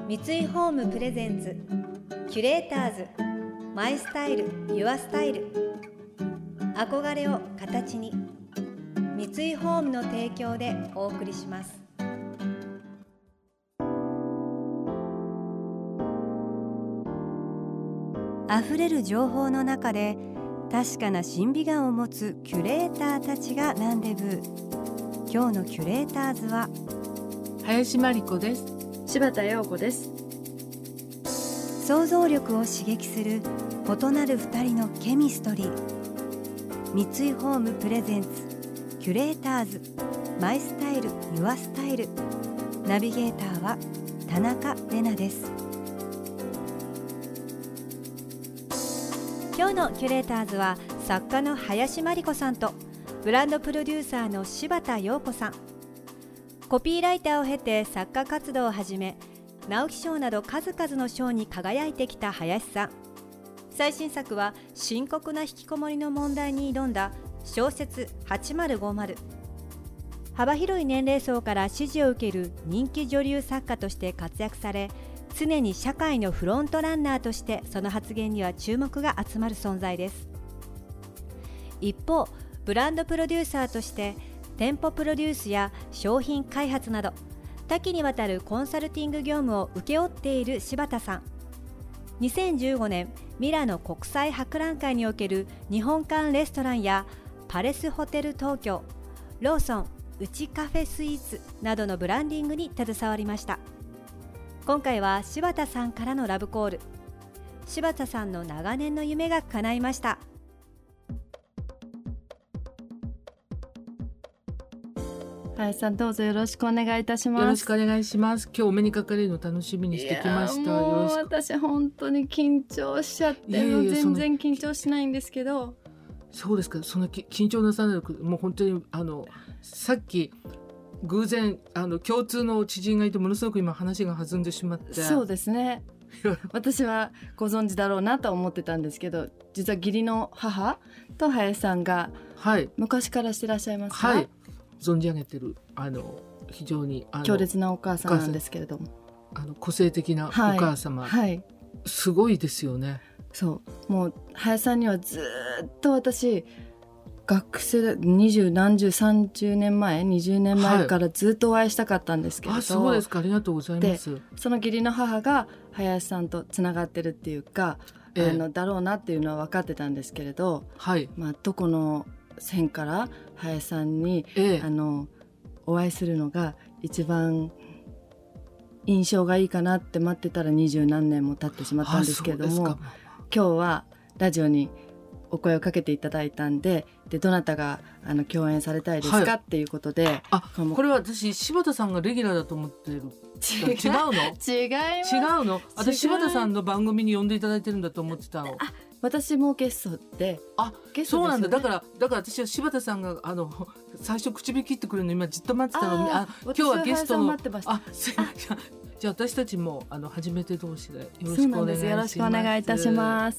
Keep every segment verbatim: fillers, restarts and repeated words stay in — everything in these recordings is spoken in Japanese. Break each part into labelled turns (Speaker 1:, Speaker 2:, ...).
Speaker 1: 三井ホームプレゼンツキュレーターズマイスタイルユアスタイル、憧れを形に、三井ホームの提供でお送りします。あふれる情報の中で確かな審美眼を持つキュレーターたちがランデブー。今日のキュレーターズは
Speaker 2: 林真理子です。
Speaker 3: 柴田陽子です。
Speaker 1: 想像力を刺激する異なる二人のケミストリー。三井ホームプレゼンツキュレーターズマイスタイルユアスタイル、ナビゲーターは田中れなです。今日のキュレーターズは作家の林真理子さんとブランドプロデューサーの柴田陽子さん。コピーライターを経て作家活動を始め、直木賞など数々の賞に輝いてきた林さん。最新作は深刻な引きこもりの問題に挑んだ小説はちまるごまる。幅広い年齢層から支持を受ける人気女流作家として活躍され、常に社会のフロントランナーとしてその発言には注目が集まる存在です。一方、ブランドプロデューサーとして店舗プロデュースや商品開発など多岐にわたるコンサルティング業務を請け負っている柴田さん。にせんじゅうごねんミラノ国際博覧会における日本館レストランやパレスホテル東京、ローソンうちカフェスイーツなどのブランディングに携わりました。今回は柴田さんからのラブコール。柴田さんの長年の夢が叶いました。
Speaker 3: 林さん、どうぞよろしくお願いいたします。
Speaker 2: よろしくお願いします。今日お目にかかれるの楽しみにしてきました。
Speaker 3: もう
Speaker 2: よろしく。
Speaker 3: 私本当に緊張しちゃって、
Speaker 2: いやいやいや、
Speaker 3: 全然緊張しないんですけど。
Speaker 2: そうですか。そんな緊張なさらなく、もう本当にあのさっき偶然あの共通の知人がいて、ものすごく今話が弾んでしまって。
Speaker 3: そうですね私はご存知だろうなと思ってたんですけど、実は義理の母と林さんが昔からしてらっしゃいますか？
Speaker 2: はい、存じ上げてる、あの非常にあの
Speaker 3: 強烈なお母さんなんですけれども、
Speaker 2: あの個性的なお母様、
Speaker 3: はいはい、
Speaker 2: すごいですよね。
Speaker 3: そうもう林さんにはずっと私学生二十何十三十年前にじゅうねんまえからずっとお会いしたかったんですけれど、
Speaker 2: はい、あ、そうですか。ありがとうございます。
Speaker 3: でその義理の母が林さんとつながってるっていうか、ええ、あのだろうなっていうのは分かってたんですけれど、はい、まあ、どこの線から林さんに、ええ、あのお会いするのが一番印象がいいかなって待ってたら二十何年も経ってしまったんですけれども、今日はラジオにお声をかけていただいたんで、でどなたがあの共演されたいですか、はい、っていうことで、
Speaker 2: あ、これは私柴田さんがレギュラーだと思ってる。違うの？
Speaker 3: 違います。
Speaker 2: 違うの？私柴田さんの番組に呼んでいただいてるんだと思ってたの。
Speaker 3: あ、私もゲストで。
Speaker 2: あ、ゲストですよね。そうなんだ。だからだから私は柴田さんがあの最初口火切ってくるの今じっと待ってたのに、あ、今日はゲストの、あ、すいません。じゃあ私たちもあの初めて同士でよろしくお願いします。
Speaker 3: よろしくお願いいたします。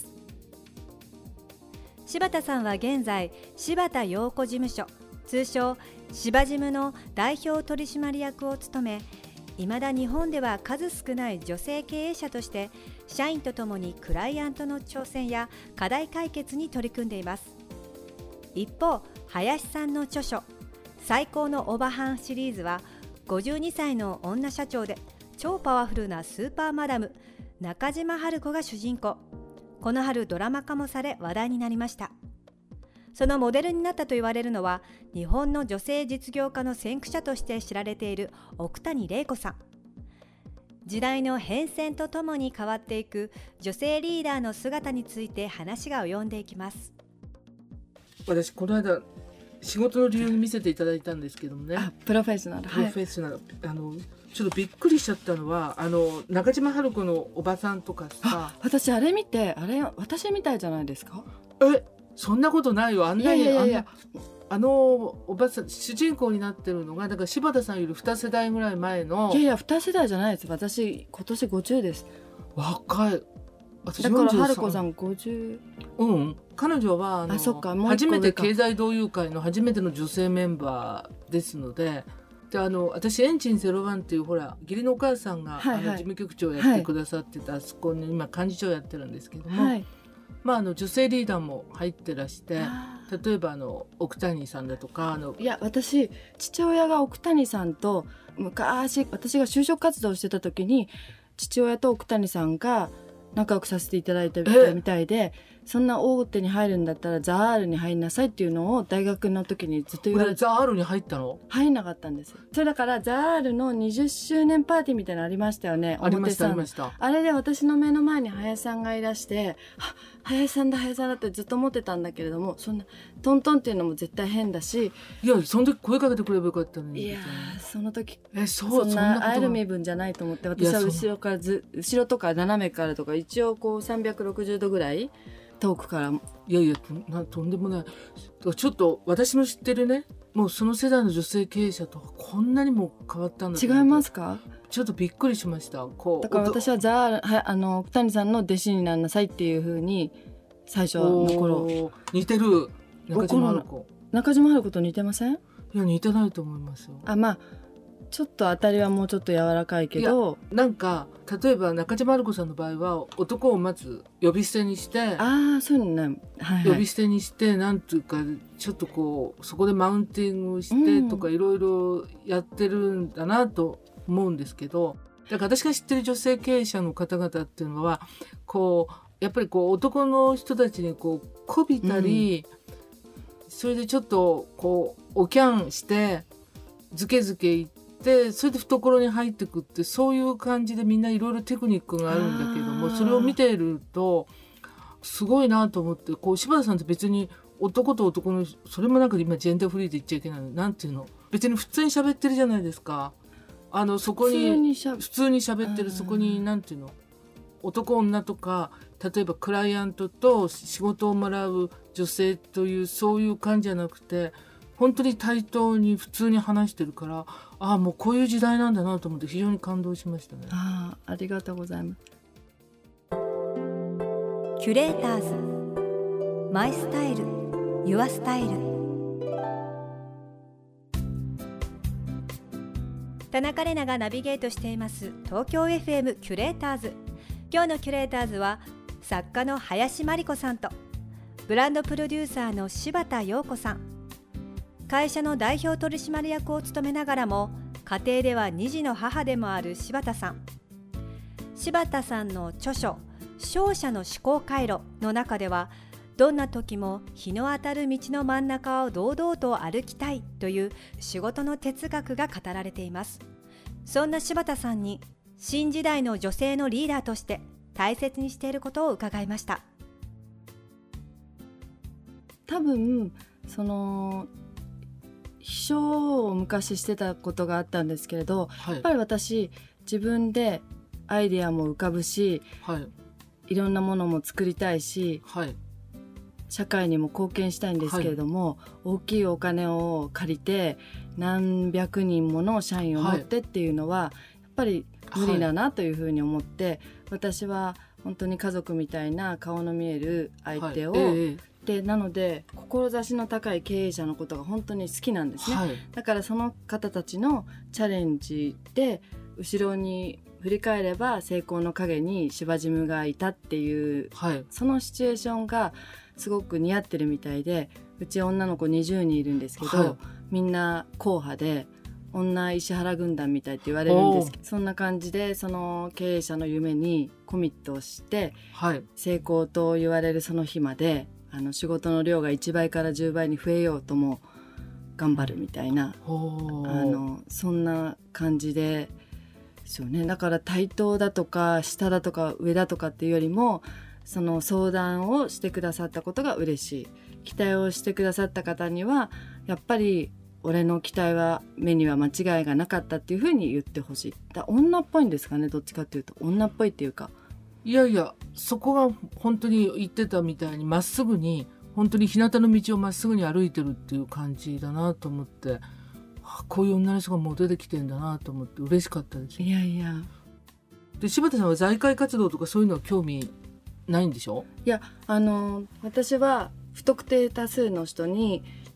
Speaker 1: 柴田さんは現在柴田陽子事務所、通称柴事務の代表取締役を務め、いまだ日本では数少ない女性経営者として社員とともにクライアントの挑戦や課題解決に取り組んでいます。一方、林さんの著書最高のオバハンシリーズはごじゅうにさいの女社長で超パワフルなスーパーマダム中島ハル子が主人公。この春ドラマ化もされ話題になりました。そのモデルになったと言われるのは、日本の女性実業家の先駆者として知られている奥谷玲子さん。時代の変遷とともに変わっていく女性リーダーの姿について話が及んでいきます。
Speaker 2: 私この間仕事の理由に見せていただいたんですけどもね。
Speaker 3: あ、プロフェッショナル、
Speaker 2: プロフェッショナル、はい、あのちょっとびっくりしちゃったのは、あの中島ハル子のおばさんとかさ、
Speaker 3: 私あれ見て、あれ私みたいじゃないですか？
Speaker 2: え、そんなことないよ。あんなに、いやいやいや、あ, あのおばさん主人公になってるのがだから柴田さんよりに世代ぐらい前の。
Speaker 3: いやいやに世代じゃないです。私今年ごじゅうです。
Speaker 2: 若い。私
Speaker 3: だから春子さんごじゅ
Speaker 2: う。うん、彼女はあの
Speaker 3: あ、そっか、もう
Speaker 2: 初めて経済同友会の初めての女性メンバーですので、 であの私エンジンゼロワンっていうほら義理のお母さんが、はいはい、あの事務局長をやってくださってた、はい、あそこに今幹事長やってるんですけども、はい、まあ、あの女性リーダーも入ってらして、例えばあの奥谷さんだとかあの
Speaker 3: いや私父親が奥谷さんと昔私が就職活動してた時に父親と奥谷さんが仲良くさせていただいたみたいで、そんな大手に入るんだったらザールに入んなさいっていうのを大学の時にずっと言われて、
Speaker 2: ザールに入ったの？
Speaker 3: 入んなかったんです。それだからザールのにじゅっしゅうねんパーティーみたいなのありましたよね。
Speaker 2: ありましたありました。
Speaker 3: あれで私の目の前に林さんがいらして、あ、林さんだ林さんだってずっと思ってたんだけれども、そんなトントンっていうのも絶対変だし、
Speaker 2: いやその時声かけてくればよかったのに。
Speaker 3: いやその時
Speaker 2: えそう
Speaker 3: そんな会える身分じゃないと思って、私は後ろからず後ろとか斜めからとか一応こうさんびゃくろくじゅうどぐらい遠くから。
Speaker 2: いやいや と, とんでもない。ちょっと私の知ってるね、もうその世代の女性経営者とこんなにも変わったんだ。
Speaker 3: 違いますか？
Speaker 2: ちょっとびっくりしました。こう
Speaker 3: だから私はザーはあの奥谷さんの弟子にならなさいっていう風に最初の頃。
Speaker 2: 似てる。中島春子。
Speaker 3: 中島春子と似てません？い
Speaker 2: や似てないと思いますよ。
Speaker 3: あ、まあちょっと当たりはもうちょっと柔らかいけど、
Speaker 2: なんか例えば中島春子さんの場合は男をまず呼び捨てにして、
Speaker 3: ああそういうのね、はいはい、
Speaker 2: 呼び捨てにしてなんていうかちょっとこうそこでマウンティングしてとかいろいろやってるんだなと思うんですけど、だから私が知ってる女性経営者の方々っていうのはこうやっぱりこう男の人たちにこうこびたり、うん、それでちょっとこうおキャンしてズケズケ言ってでそれで懐に入ってくって、そういう感じでみんないろいろテクニックがあるんだけども、それを見ているとすごいなと思って、こう柴田さんって別に男と男のそれもなんか今ジェンダーフリーで言っちゃいけないのなんていうの、別に普通に喋ってるじゃないですか。あのそこに普通に喋ってる、そこになんていうの男女とか例えばクライアントと仕事をもらう女性というそういう感じじゃなくて、本当に対等に普通に話してるから、ああもうこういう時代なんだなと思って非常に感動しましたね。
Speaker 3: ああ、ありがとうございます。
Speaker 1: キュレーターズマイスタイルユアスタイル。田中玲奈がナビゲートしています東京 エフエム キュレーターズ。今日のキュレーターズは作家の林真理子さんとブランドプロデューサーの柴田陽子さん。会社の代表取締役を務めながらも家庭ではに児の母でもある柴田さん。柴田さんの著書「勝者の思考回路」の中では、どんな時も日の当たる道の真ん中を堂々と歩きたいという仕事の哲学が語られています。そんな柴田さんに新時代の女性のリーダーとして大切にしていることを伺いました。
Speaker 3: 多分その秘書を昔してたことがあったんですけれど、はい、やっぱり私自分でアイデアも浮かぶし、はい、いろんなものも作りたいし、はい、社会にも貢献したいんですけれども、はい、大きいお金を借りて何百人もの社員を持ってっていうのは、はい、やっぱり無理だなというふうに思って、はい、私は本当に家族みたいな顔の見える相手を、はいえーでなので志の高い経営者のことが本当に好きなんですね、はい、だからその方たちのチャレンジで後ろに振り返れば成功の陰にシバジムがいたっていう、はい、そのシチュエーションがすごく似合ってるみたいで、うち女の子にじゅうにんいるんですけど、はい、みんな硬派で女石原軍団みたいって言われるんですけど、そんな感じでその経営者の夢にコミットをして、はい、成功と言われるその日まであの仕事の量がいちばいからじゅうばいに増えようとも頑張るみたいな、あのそんな感じでですよね。だから対等だとか下だとか上だとかっていうよりも、その相談をしてくださったことが嬉しい。期待をしてくださった方にはやっぱり俺の期待は目には間違いがなかったっていうふうに言ってほしい。だ女っぽいんですかね、どっちかっていうと女っぽいっていうか、
Speaker 2: いやいやそこが本当に言ってたみたいにまっすぐに本当に日向の道をまっすぐに歩いてるっていう感じだなと思って、こういう女の人がもう出てきてんだなと思って嬉しかったです。
Speaker 3: いやいや
Speaker 2: で柴田さんは財界活動とかそういうのは興味ないんでしょ？
Speaker 3: いやあの私は不特定多数の人に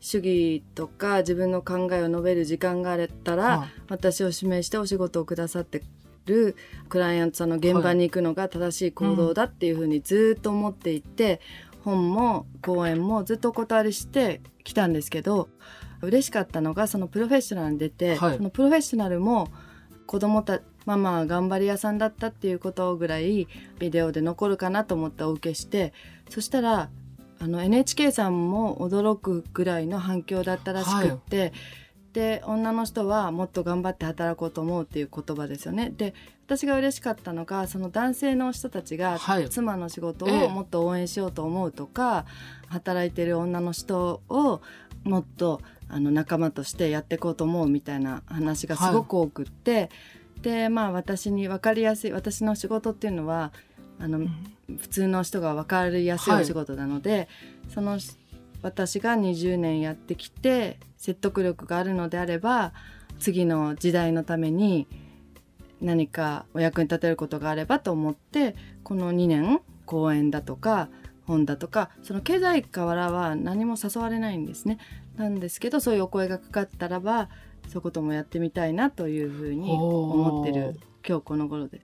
Speaker 3: 主義とか自分の考えを述べる時間があったら、はあ、私を指名してお仕事をくださってるクライアントさんの現場に行くのが正しい行動だっていうふうにずっと思っていて、うん、本も講演もずっとお断りしてきたんですけど、嬉しかったのがそのプロフェッショナルに出て、はい、そのプロフェッショナルも子供たママは頑張り屋さんだったっていうことぐらいビデオで残るかなと思ってお受けして、そしたらあの エヌエイチケー さんも驚くぐらいの反響だったらしくって、はい、で女の人はもっと頑張って働こうと思うっていう言葉ですよね。で私が嬉しかったのがその男性の人たちが妻の仕事をもっと応援しようと思うとか、はい、働いてる女の人をもっとあの仲間としてやっていこうと思うみたいな話がすごく多くって、はい、でまあ私に分かりやすい、私の仕事っていうのはあの、うん、普通の人が分かりやすいお仕事なので、はい、その私がにじゅうねんやってきて説得力があるのであれば次の時代のために何かお役に立てることがあればと思って、このにねん講演だとか本だとかその経済からは何も誘われないんですね。なんですけどそういうお声がかかったらばそういうこともやってみたいなというふうに思ってる今日この頃です。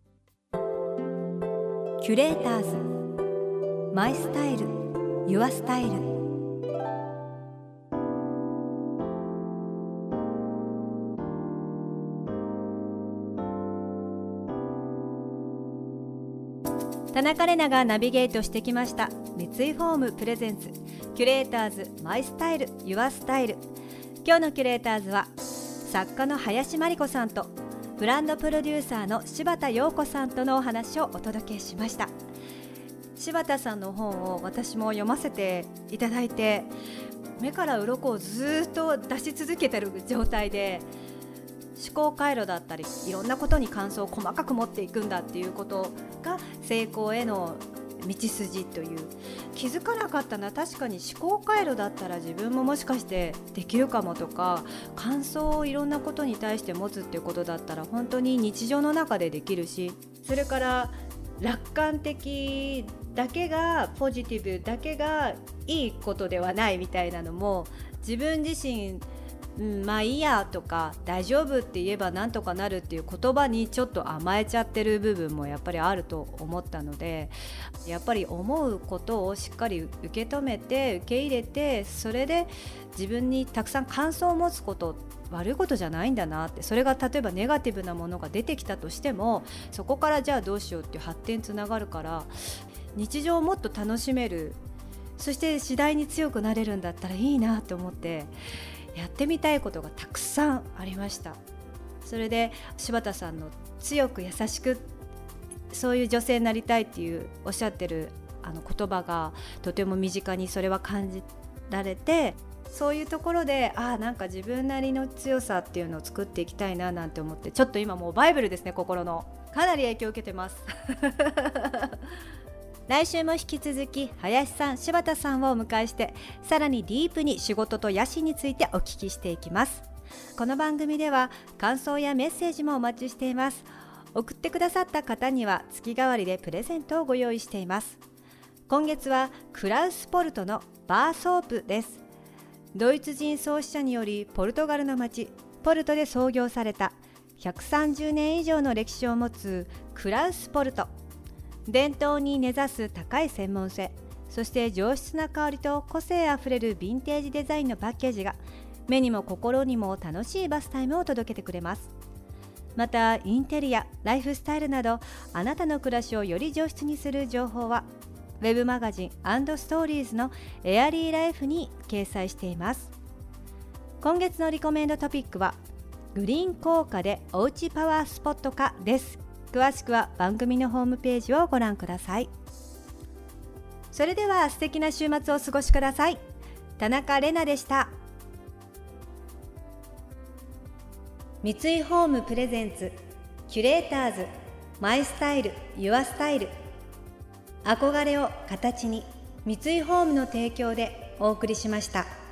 Speaker 1: キュレーターズマイスタイルユアスタイル。田中れながナビゲートしてきました三井フォームプレゼンツキュレーターズマイスタイルユアスタイル。今日のキュレーターズは作家の林真理子さんとブランドプロデューサーの柴田陽子さんとのお話をお届けしました。柴田さんの本を私も読ませていただいて、目から鱗をずっと出し続けてる状態で、思考回路だったりいろんなことに感想を細かく持っていくんだっていうことが成功への道筋という、気づかなかったな。確かに思考回路だったら自分ももしかしてできるかもとか、感想をいろんなことに対して持つっていうことだったら本当に日常の中でできるし、それから楽観的だけがポジティブだけがいいことではないみたいなのも、自分自身うん、まあいいやとか大丈夫って言えばなんとかなるっていう言葉にちょっと甘えちゃってる部分もやっぱりあると思ったので、やっぱり思うことをしっかり受け止めて受け入れて、それで自分にたくさん感想を持つこと悪いことじゃないんだなって、それが例えばネガティブなものが出てきたとしてもそこからじゃあどうしようっていう発展つながるから、日常をもっと楽しめる、そして次第に強くなれるんだったらいいなと思ってやってみたいことがたくさんありました。それで柴田さんの強く優しくそういう女性になりたいっていうおっしゃってるあの言葉がとても身近にそれは感じられて、そういうところであなんか自分なりの強さっていうのを作っていきたいななんて思って、ちょっと今もうバイブルですね、心のかなり影響を受けてます来週も引き続き林さん、柴田さんをお迎えしてさらにディープに仕事と野心についてお聞きしていきます。この番組では感想やメッセージもお待ちしています。送ってくださった方には月替わりでプレゼントをご用意しています。今月はクラウスポルトのバーソープです。ドイツ人創始者によりポルトガルの町ポルトで創業されたひゃくさんじゅうねん以上の歴史を持つクラウスポルト。伝統に根ざす高い専門性、そして上質な香りと個性あふれるヴィンテージデザインのパッケージが目にも心にも楽しいバスタイムを届けてくれます。またインテリア、ライフスタイルなどあなたの暮らしをより上質にする情報はウェブマガジン&ストーリーズのエアリーライフに掲載しています。今月のリコメンドトピックはグリーン効果でおうちパワースポット化です。詳しくは番組のホームページをご覧ください。それでは素敵な週末をお過ごしください。田中れなでした。三井ホームプレゼンツキュレーターズマイスタイルユアスタイル。憧れを形に、三井ホームの提供でお送りしました。